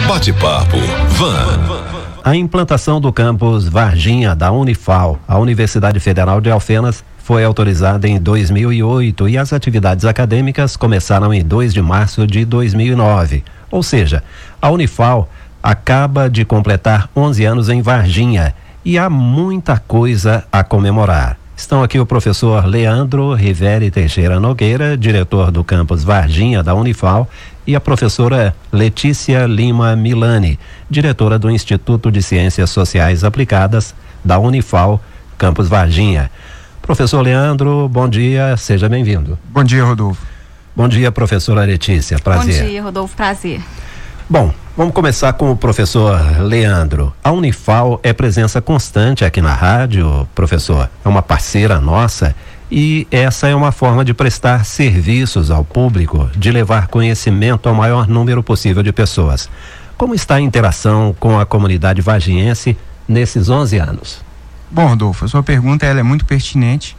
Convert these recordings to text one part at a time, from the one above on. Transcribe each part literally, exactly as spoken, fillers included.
Bate-papo Van. A implantação do campus Varginha da Unifal, a Universidade Federal de Alfenas, foi autorizada em dois mil e oito e as atividades acadêmicas começaram em dois de março de dois mil e nove. Ou seja, a Unifal acaba de completar onze anos em Varginha e há muita coisa a comemorar. Estão aqui o professor Leandro Riveri Teixeira Nogueira, diretor do campus Varginha da Unifal, e a professora Letícia Lima Milani, diretora do Instituto de Ciências Sociais Aplicadas da Unifal, campus Varginha. Professor Leandro, bom dia, seja bem-vindo. Bom dia, Rodolfo. Bom dia, professora Letícia, prazer. Bom dia, Rodolfo, prazer. Bom, vamos começar com o professor Leandro. A Unifal é presença constante aqui na rádio, professor, é uma parceira nossa e essa é uma forma de prestar serviços ao público, de levar conhecimento ao maior número possível de pessoas. Como está a interação com a comunidade varginhense nesses onze anos? Bom, Rodolfo, a sua pergunta ela é muito pertinente.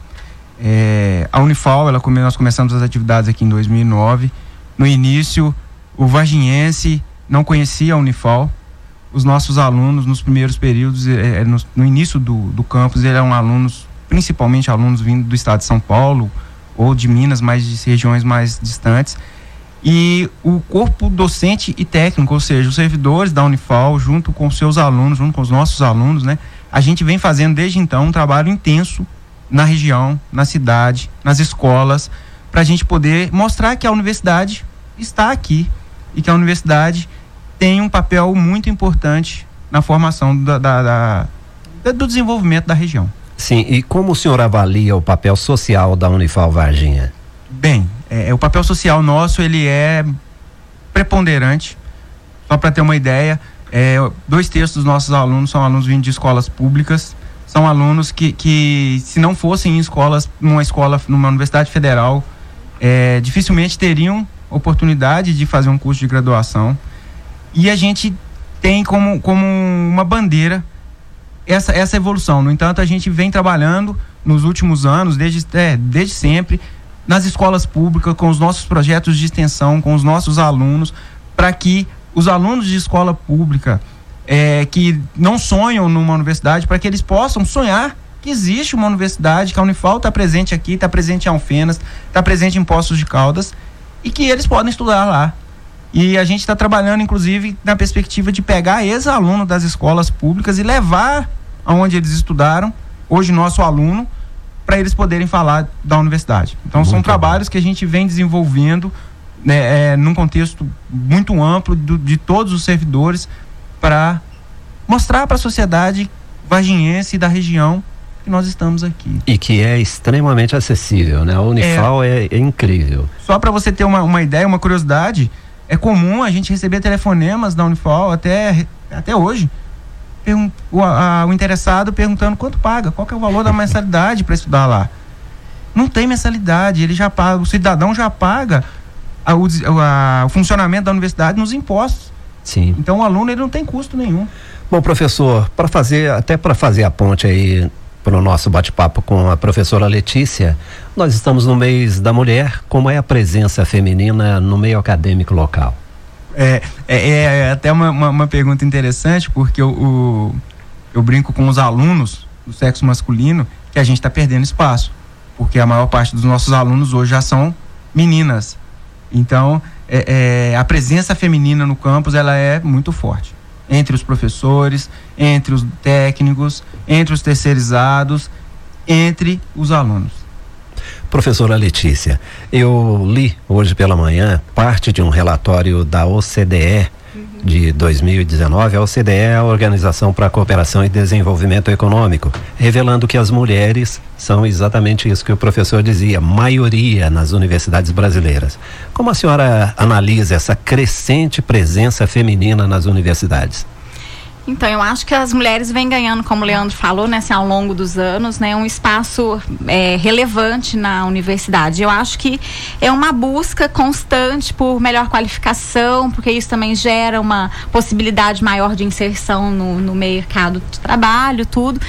É, a Unifal, ela, nós começamos as atividades aqui em dois mil e nove. No início, o varginhense não conhecia a Unifal. Os nossos alunos, nos primeiros períodos, é, no, no início do, do campus, eram alunos, principalmente alunos vindo do estado de São Paulo ou de Minas, mas de regiões mais distantes. E o corpo docente e técnico, ou seja, os servidores da Unifal, junto com os seus alunos, junto com os nossos alunos, né, a gente vem fazendo desde então um trabalho intenso na região, na cidade, nas escolas, para a gente poder mostrar que a universidade está aqui e que a universidade tem um papel muito importante na formação da, da, da, do desenvolvimento da região. Sim, e como o senhor avalia o papel social da Unifal Varginha? Bem, é, o papel social nosso, ele é preponderante. Só para ter uma ideia, é, dois terços dos nossos alunos são alunos vindo de escolas públicas, são alunos que, que se não fossem em escolas, numa escola, numa universidade federal, é, dificilmente teriam oportunidade de fazer um curso de graduação. E a gente tem como, como uma bandeira essa, essa evolução. No entanto, a gente vem trabalhando nos últimos anos, desde, é, desde sempre, nas escolas públicas, com os nossos projetos de extensão, com os nossos alunos, para que os alunos de escola pública é, que não sonham numa universidade, para que eles possam sonhar que existe uma universidade, que a Unifal está presente aqui, está presente em Alfenas, está presente em Poços de Caldas, e que eles podem estudar lá. E a gente está trabalhando, inclusive, na perspectiva de pegar ex-aluno das escolas públicas e levar aonde eles estudaram, hoje nosso aluno, para eles poderem falar da universidade. Então, muito são trabalhos bom. que a gente vem desenvolvendo, né, é, num contexto muito amplo do, de todos os servidores, para mostrar para a sociedade varginhense e da região que nós estamos aqui. E que é extremamente acessível, né? A Unifal é, é, é incrível. Só para você ter uma, uma ideia, uma curiosidade, é comum a gente receber telefonemas da Unifal até, até hoje, pergun- o, a, o interessado perguntando quanto paga, qual que é o valor da mensalidade para estudar lá. Não tem mensalidade, ele já paga, o cidadão já paga a, o, a, o funcionamento da universidade nos impostos. Sim. Então o aluno ele não tem custo nenhum. Bom, professor, para fazer, até para fazer a ponte aí para o nosso bate-papo com a professora Letícia, nós estamos no mês da mulher. Como é a presença feminina no meio acadêmico local? É, é, é até uma, uma, uma pergunta interessante, porque eu, o, eu brinco com os alunos do sexo masculino que a gente está perdendo espaço, porque a maior parte dos nossos alunos hoje já são meninas. Então, é, é, a presença feminina no campus ela é muito forte. Entre os professores, entre os técnicos, entre os terceirizados, entre os alunos. Professora Letícia, eu li hoje pela manhã parte de um relatório da O C D E uhum. de dois mil e dezenove. A O C D E é a Organização para a Cooperação e Desenvolvimento Econômico, revelando que as mulheres são exatamente isso que o professor dizia, maioria nas universidades brasileiras. Como a senhora analisa essa crescente presença feminina nas universidades? Então, eu acho que as mulheres vêm ganhando, como o Leandro falou, né, assim, ao longo dos anos, né, um espaço é, relevante na universidade. Eu acho que é uma busca constante por melhor qualificação, porque isso também gera uma possibilidade maior de inserção no, no mercado de trabalho, tudo.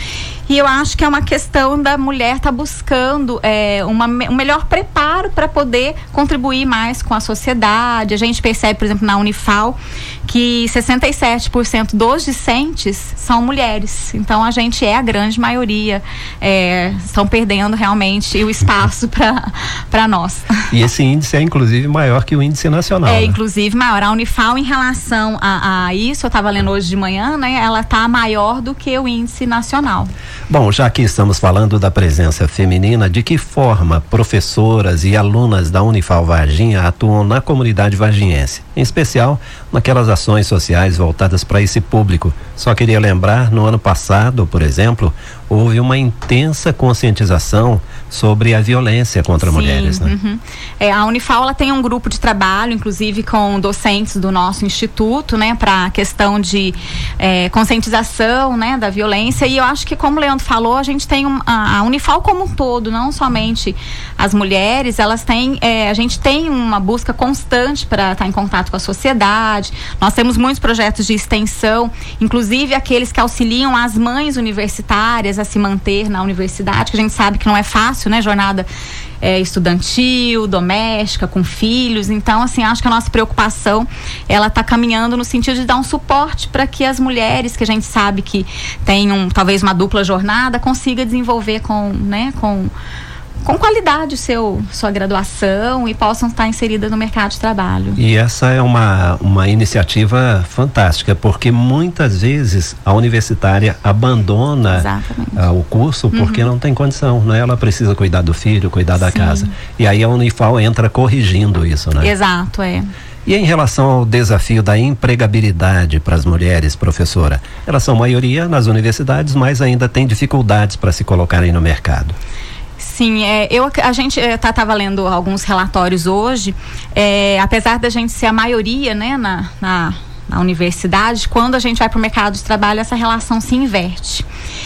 E eu acho que é uma questão da mulher estar tá buscando é, uma, um melhor preparo para poder contribuir mais com a sociedade. A gente percebe, por exemplo, na Unifal, que sessenta e sete por cento dos discentes são mulheres. Então, a gente é a grande maioria. É, estão perdendo realmente o espaço para nós. E esse índice é, inclusive, maior que o índice nacional. É, né? inclusive, maior. A Unifal, em relação a, a isso, eu estava lendo hoje de manhã, né? Ela está maior do que o índice nacional. Bom, já que estamos falando da presença feminina, de que forma professoras e alunas da Unifal Varginha atuam na comunidade varginhense? Em especial, naquelas ações sociais voltadas para esse público. Só queria lembrar, no ano passado, por exemplo, houve uma intensa conscientização sobre a violência contra Sim, mulheres, né? Uhum. É, a Unifal, ela tem um grupo de trabalho, inclusive com docentes do nosso instituto, né, para a questão de é, conscientização, né, da violência. E eu acho que, como o Leandro falou, a gente tem um, a, a Unifal como um todo, não somente as mulheres, elas têm, é, a gente tem uma busca constante para estar em contato com a sociedade. Nós temos muitos projetos de extensão, inclusive aqueles que auxiliam as mães universitárias a se manter na universidade, que a gente sabe que não é fácil, né? Jornada é, estudantil, doméstica, com filhos. Então, assim, acho que a nossa preocupação, ela está caminhando no sentido de dar um suporte para que as mulheres, que a gente sabe que tem um, talvez uma dupla jornada, consiga desenvolver com, né, com com qualidade o seu, sua graduação e possam estar inseridas no mercado de trabalho. E essa é uma, uma iniciativa fantástica, porque muitas vezes a universitária abandona uh, o curso porque uhum. não tem condição, né? Ela precisa cuidar do filho, cuidar da Sim. casa. E aí a Unifal entra corrigindo isso, né? Exato, é. E em relação ao desafio da empregabilidade para as mulheres, professora, elas são maioria nas universidades, mas ainda têm dificuldades para se colocarem no mercado. Sim, é, eu, a gente estava lendo alguns relatórios hoje, é, apesar da gente ser a maioria, né, na, na, na universidade, quando a gente vai para o mercado de trabalho, essa relação se inverte.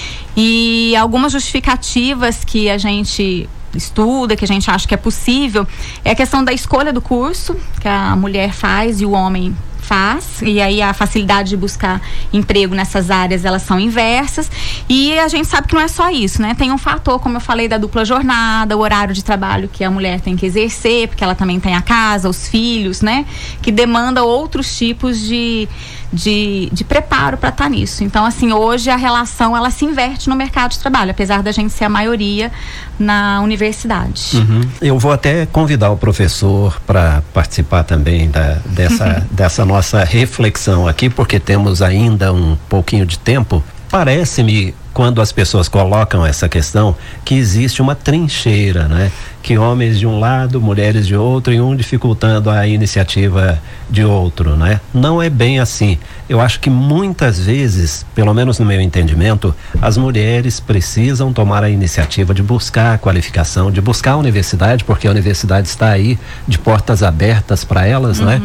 E algumas justificativas que a gente estuda, que a gente acha que é possível, é a questão da escolha do curso, que a mulher faz e o homem faz, e aí a facilidade de buscar emprego nessas áreas, elas são inversas, e a gente sabe que não é só isso, né? Tem um fator, como eu falei, da dupla jornada, o horário de trabalho que a mulher tem que exercer, porque ela também tem a casa, os filhos, né? Que demanda outros tipos de, de, de preparo para estar nisso. Então, assim, hoje a relação, ela se inverte no mercado de trabalho, apesar da gente ser a maioria na universidade. Uhum. Eu vou até convidar o professor para participar também da, dessa, dessa nossa nossa reflexão aqui, porque temos ainda um pouquinho de tempo. Parece-me, quando as pessoas colocam essa questão, que existe uma trincheira, né? Que homens de um lado, mulheres de outro, e um dificultando a iniciativa de outro, né? Não é bem assim. Eu acho que muitas vezes, pelo menos no meu entendimento, as mulheres precisam tomar a iniciativa de buscar a qualificação, de buscar a universidade, porque a universidade está aí de portas abertas para elas, uhum. né?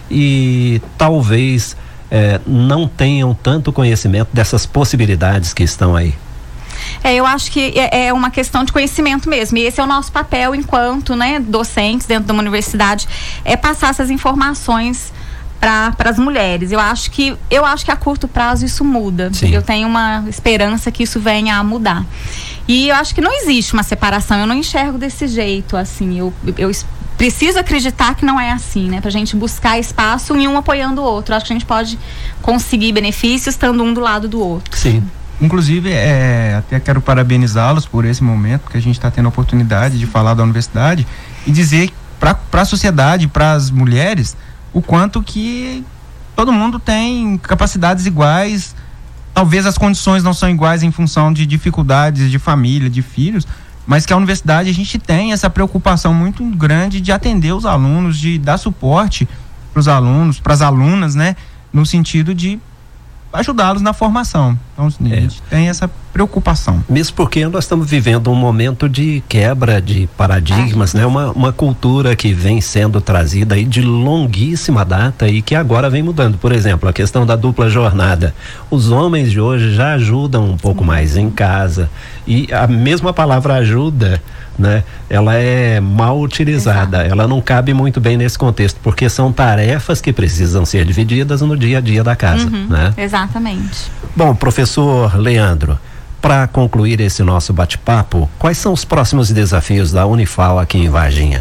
E talvez eh, não tenham tanto conhecimento dessas possibilidades que estão aí. É, eu acho que é, é uma questão de conhecimento mesmo, e esse é o nosso papel enquanto, né, docentes dentro de uma universidade, é passar essas informações para as mulheres. Eu acho que eu acho que a curto prazo isso muda. Sim. Eu tenho uma esperança que isso venha a mudar. E eu acho que não existe uma separação, eu não enxergo desse jeito, assim, eu, eu preciso acreditar que não é assim, né? Pra gente buscar espaço e um apoiando o outro. Eu acho que a gente pode conseguir benefícios estando um do lado do outro. Sim. Inclusive, é, até quero parabenizá-los por esse momento que a gente está tendo a oportunidade de falar da universidade e dizer para a sociedade, para as mulheres, o quanto que todo mundo tem capacidades iguais. Talvez as condições não são iguais em função de dificuldades de família, de filhos, mas que a universidade, a gente tem essa preocupação muito grande de atender os alunos, de dar suporte para os alunos, para as alunas, né? No sentido de ajudá-los na formação. Então, a gente é. tem essa preocupação. Mesmo porque nós estamos vivendo um momento de quebra de paradigmas, ah, né? Uma, uma cultura que vem sendo trazida aí de longuíssima data e que agora vem mudando. Por exemplo, a questão da dupla jornada. Os homens de hoje já ajudam um pouco mais em casa, e a mesma palavra ajuda, né? Ela é mal utilizada. Exato. Ela não cabe muito bem nesse contexto, porque são tarefas que precisam ser divididas no dia a dia da casa, uhum, né? Exatamente. Bom, professor Leandro, Para concluir esse nosso bate-papo, quais são os próximos desafios da Unifal aqui em Varginha?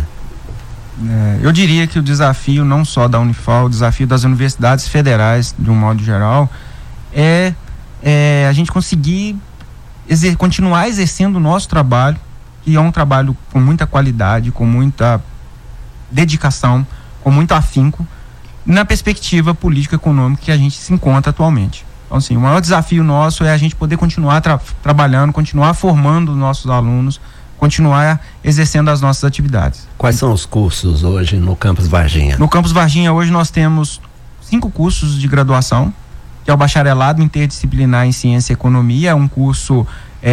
É, eu diria que o desafio não só da Unifal, o desafio das universidades federais, de um modo geral, é, é a gente conseguir exer- continuar exercendo o nosso trabalho, que é um trabalho com muita qualidade, com muita dedicação, com muito afinco, na perspectiva político-econômica que a gente se encontra atualmente. Então, assim, o maior desafio nosso é a gente poder continuar tra- trabalhando, continuar formando os nossos alunos, continuar exercendo as nossas atividades. Quais são os cursos hoje no Campus Varginha? No Campus Varginha, hoje nós temos cinco cursos de graduação, que é o bacharelado interdisciplinar em ciência e economia, é um curso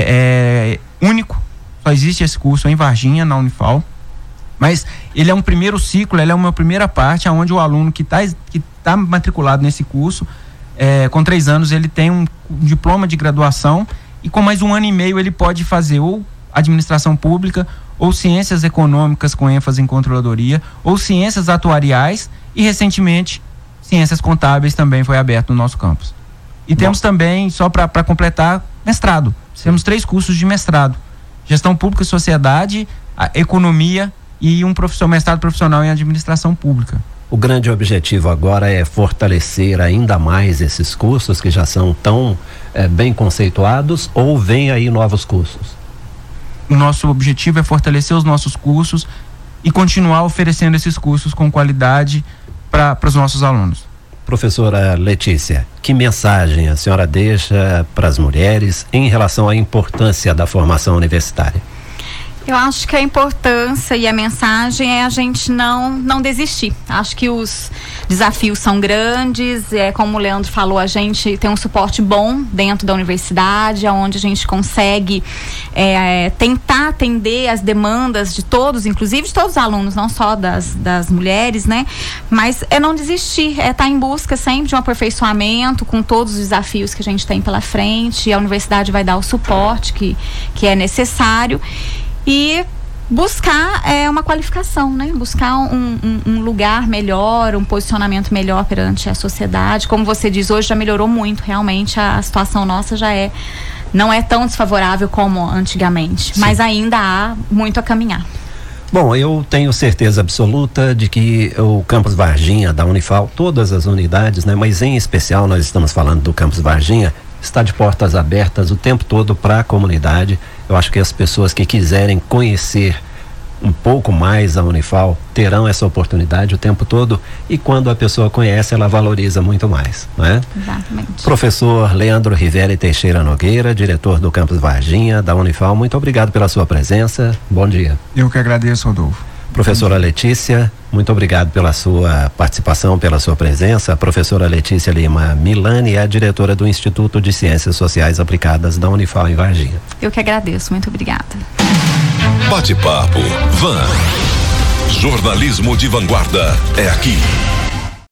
é, é, único, só existe esse curso em Varginha, na Unifal, mas ele é um primeiro ciclo, ele é uma primeira parte, onde o aluno que está que tá matriculado nesse curso, é, com três anos, ele tem um diploma de graduação, e com mais um ano e meio ele pode fazer ou administração pública, ou ciências econômicas com ênfase em controladoria, ou ciências atuariais, e recentemente ciências contábeis também foi aberto no nosso campus. E Bom. temos também, só para completar, mestrado. Sim. Temos três cursos de mestrado: gestão pública e sociedade, a economia e um professor, mestrado profissional em administração pública. O grande objetivo agora é fortalecer ainda mais esses cursos que já são tão é, bem conceituados, ou vem aí novos cursos? O nosso objetivo é fortalecer os nossos cursos e continuar oferecendo esses cursos com qualidade para os nossos alunos. Professora Letícia, que mensagem a senhora deixa para as mulheres em relação à importância da formação universitária? Eu acho que a importância e a mensagem é a gente não, não desistir. Acho que os desafios são grandes, é, como o Leandro falou, a gente tem um suporte bom dentro da universidade, onde a gente consegue é, tentar atender as demandas de todos, inclusive de todos os alunos, não só das, das mulheres, né? Mas é não desistir, é estar em busca sempre de um aperfeiçoamento com todos os desafios que a gente tem pela frente, e a universidade vai dar o suporte que, que é necessário. E buscar é, uma qualificação, né? Buscar um, um, um lugar melhor, um posicionamento melhor perante a sociedade. Como você diz, hoje já melhorou muito, realmente a, a situação nossa já é, não é tão desfavorável como antigamente, Sim. mas ainda há muito a caminhar. Bom, eu tenho certeza absoluta de que o Campus Varginha da Unifal, todas as unidades, né? Mas em especial nós estamos falando do Campus Varginha, está de portas abertas o tempo todo para a comunidade. Eu acho que as pessoas que quiserem conhecer um pouco mais a Unifal terão essa oportunidade o tempo todo, e quando a pessoa conhece, ela valoriza muito mais, não é? Exatamente. Professor Leandro Rivelli Teixeira Nogueira, diretor do Campus Varginha da Unifal, muito obrigado pela sua presença. Bom dia. Eu que agradeço, Rodolfo. Professora Letícia, muito obrigado pela sua participação, pela sua presença. A professora Letícia Lima Milani é a diretora do Instituto de Ciências Sociais Aplicadas da Unifal em Varginha. Eu que agradeço, muito obrigada. Bate-papo Van. Jornalismo de vanguarda é aqui.